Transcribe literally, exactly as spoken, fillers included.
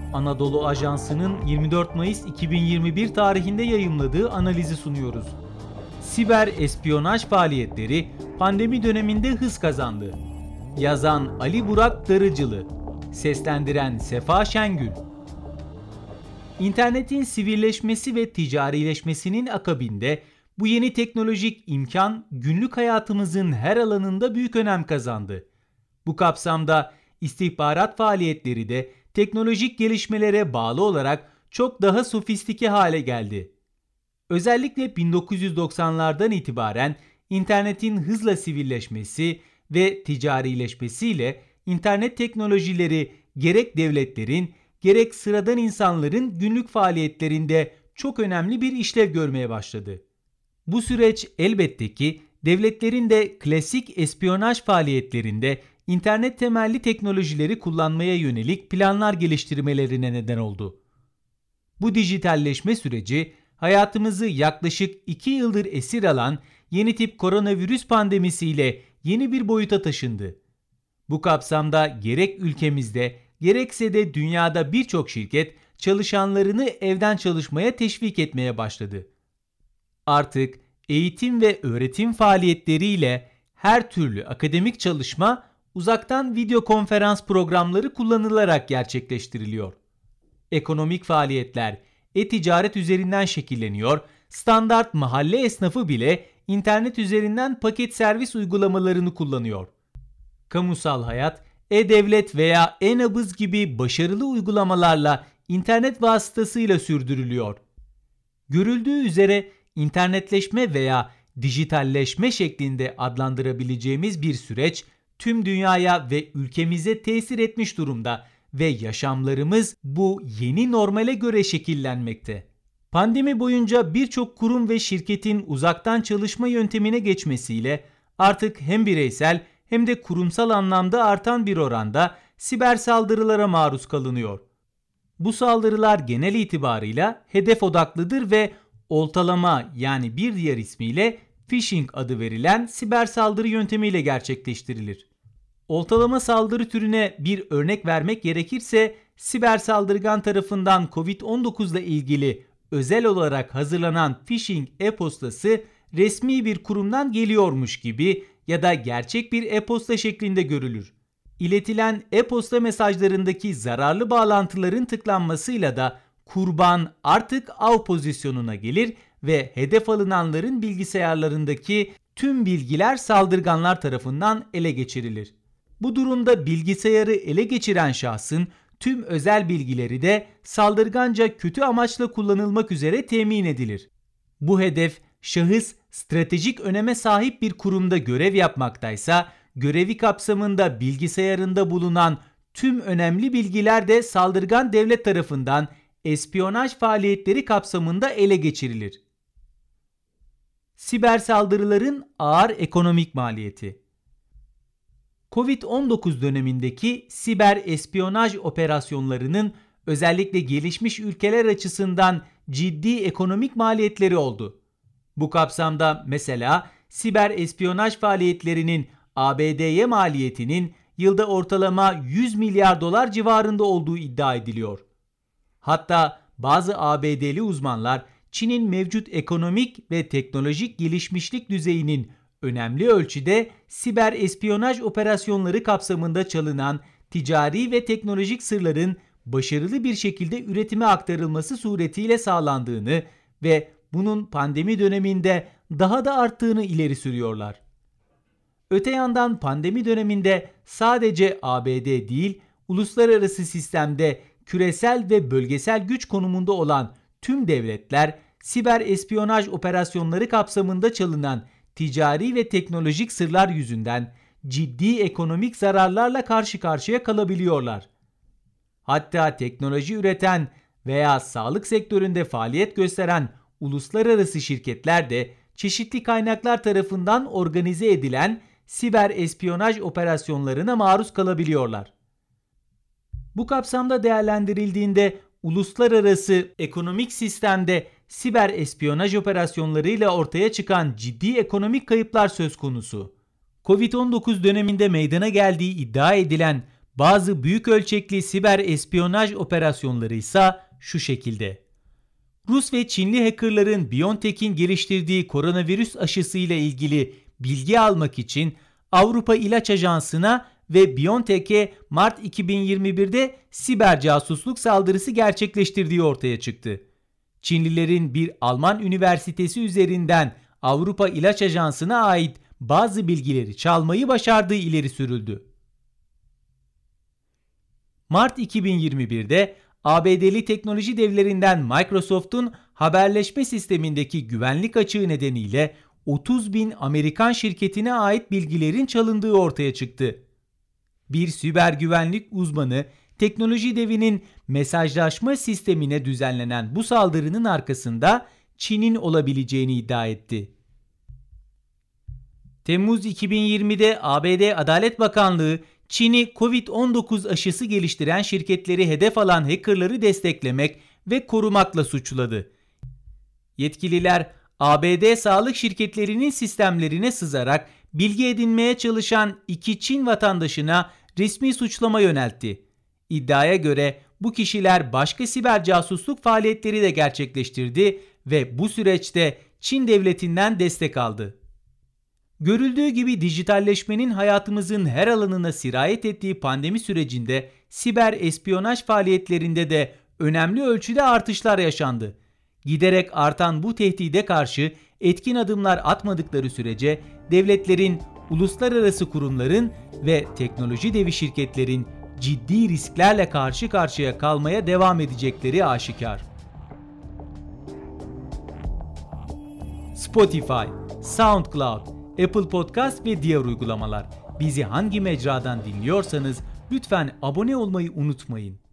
Anadolu Ajansı'nın yirmi dört Mayıs iki bin yirmi bir tarihinde yayımladığı analizi sunuyoruz. Siber espiyonaj faaliyetleri pandemi döneminde hız kazandı. Yazan Ali Burak Darıcılı, seslendiren Sefa Şengül. İnternetin sivilleşmesi ve ticarileşmesinin akabinde bu yeni teknolojik imkan günlük hayatımızın her alanında büyük önem kazandı. Bu kapsamda istihbarat faaliyetleri de teknolojik gelişmelere bağlı olarak çok daha sofistike hale geldi. Özellikle bin dokuz yüz doksanlardan itibaren internetin hızla sivilleşmesi ve ticarileşmesiyle internet teknolojileri gerek devletlerin gerek sıradan insanların günlük faaliyetlerinde çok önemli bir işlev görmeye başladı. Bu süreç elbette ki devletlerin de klasik espiyonaj faaliyetlerinde internet temelli teknolojileri kullanmaya yönelik planlar geliştirmelerine neden oldu. Bu dijitalleşme süreci hayatımızı yaklaşık iki yıldır esir alan yeni tip koronavirüs pandemisiyle yeni bir boyuta taşındı. Bu kapsamda gerek ülkemizde gerekse de dünyada birçok şirket çalışanlarını evden çalışmaya teşvik etmeye başladı. Artık eğitim ve öğretim faaliyetleriyle her türlü akademik çalışma uzaktan video konferans programları kullanılarak gerçekleştiriliyor. Ekonomik faaliyetler e-ticaret üzerinden şekilleniyor, standart mahalle esnafı bile internet üzerinden paket servis uygulamalarını kullanıyor. Kamusal hayat, e-devlet veya e-nabız gibi başarılı uygulamalarla internet vasıtasıyla sürdürülüyor. Görüldüğü üzere internetleşme veya dijitalleşme şeklinde adlandırabileceğimiz bir süreç tüm dünyaya ve ülkemize tesir etmiş durumda ve yaşamlarımız bu yeni normale göre şekillenmekte. Pandemi boyunca birçok kurum ve şirketin uzaktan çalışma yöntemine geçmesiyle artık hem bireysel hem de kurumsal anlamda artan bir oranda siber saldırılara maruz kalınıyor. Bu saldırılar genel itibarıyla hedef odaklıdır ve oltalama yani bir diğer ismiyle phishing adı verilen siber saldırı yöntemiyle gerçekleştirilir. Oltalama saldırı türüne bir örnek vermek gerekirse siber saldırgan tarafından kovid on dokuz ile ilgili özel olarak hazırlanan phishing e-postası resmi bir kurumdan geliyormuş gibi ya da gerçek bir e-posta şeklinde görülür. İletilen e-posta mesajlarındaki zararlı bağlantıların tıklanmasıyla da kurban artık av pozisyonuna gelir ve hedef alınanların bilgisayarlarındaki tüm bilgiler saldırganlar tarafından ele geçirilir. Bu durumda bilgisayarı ele geçiren şahsın tüm özel bilgileri de saldırganca kötü amaçla kullanılmak üzere temin edilir. Bu hedef şahıs stratejik öneme sahip bir kurumda görev yapmaktaysa görevi kapsamında bilgisayarında bulunan tüm önemli bilgiler de saldırgan devlet tarafından espiyonaj faaliyetleri kapsamında ele geçirilir. Siber saldırıların ağır ekonomik maliyeti. kovid on dokuz dönemindeki siber espiyonaj operasyonlarının özellikle gelişmiş ülkeler açısından ciddi ekonomik maliyetleri oldu. Bu kapsamda mesela siber espiyonaj faaliyetlerinin A B D'ye maliyetinin yılda ortalama yüz milyar dolar civarında olduğu iddia ediliyor. Hatta bazı A B D'li uzmanlar Çin'in mevcut ekonomik ve teknolojik gelişmişlik düzeyinin önemli ölçüde siber espiyonaj operasyonları kapsamında çalınan ticari ve teknolojik sırların başarılı bir şekilde üretime aktarılması suretiyle sağlandığını ve bunun pandemi döneminde daha da arttığını ileri sürüyorlar. Öte yandan pandemi döneminde sadece A B D değil, uluslararası sistemde küresel ve bölgesel güç konumunda olan tüm devletler siber espiyonaj operasyonları kapsamında çalınan ticari ve teknolojik sırlar yüzünden ciddi ekonomik zararlarla karşı karşıya kalabiliyorlar. Hatta teknoloji üreten veya sağlık sektöründe faaliyet gösteren uluslararası şirketler de çeşitli kaynaklar tarafından organize edilen siber espiyonaj operasyonlarına maruz kalabiliyorlar. Bu kapsamda değerlendirildiğinde uluslararası ekonomik sistemde siber espiyonaj operasyonlarıyla ortaya çıkan ciddi ekonomik kayıplar söz konusu. kovid on dokuz döneminde meydana geldiği iddia edilen Bazı büyük ölçekli siber espiyonaj operasyonları ise şu şekilde. Rus ve Çinli hackerların BioNTech'in geliştirdiği koronavirüs aşısıyla ilgili bilgi almak için Avrupa İlaç Ajansı'na ve BioNTech'e Mart iki bin yirmi birde siber casusluk saldırısı gerçekleştirdiği ortaya çıktı. Çinlilerin bir Alman üniversitesi üzerinden Avrupa İlaç Ajansı'na ait bazı bilgileri çalmayı başardığı ileri sürüldü. Mart iki bin yirmi birde A B D'li teknoloji devlerinden Microsoft'un haberleşme sistemindeki güvenlik açığı nedeniyle otuz bin Amerikan şirketine ait bilgilerin çalındığı ortaya çıktı. Bir siber güvenlik uzmanı, teknoloji devinin mesajlaşma sistemine düzenlenen bu saldırının arkasında Çin'in olabileceğini iddia etti. Temmuz iki bin yirmide A B D Adalet Bakanlığı, Çin'i kovid on dokuz aşısı geliştiren şirketleri hedef alan hackerları desteklemek ve korumakla suçladı. Yetkililer, A B D sağlık şirketlerinin sistemlerine sızarak bilgi edinmeye çalışan iki Çin vatandaşına resmi suçlama yöneltti. İddiaya göre bu kişiler başka siber casusluk faaliyetleri de gerçekleştirdi ve bu süreçte Çin devletinden destek aldı. Görüldüğü gibi dijitalleşmenin hayatımızın her alanına sirayet ettiği pandemi sürecinde siber espiyonaj faaliyetlerinde de önemli ölçüde artışlar yaşandı. Giderek artan bu tehdide karşı etkin adımlar atmadıkları sürece devletlerin, uluslararası kurumların ve teknoloji devi şirketlerin ciddi risklerle karşı karşıya kalmaya devam edecekleri aşikar. Spotify, SoundCloud, Apple Podcast ve diğer uygulamalar. Bizi hangi mecradan dinliyorsanız lütfen abone olmayı unutmayın.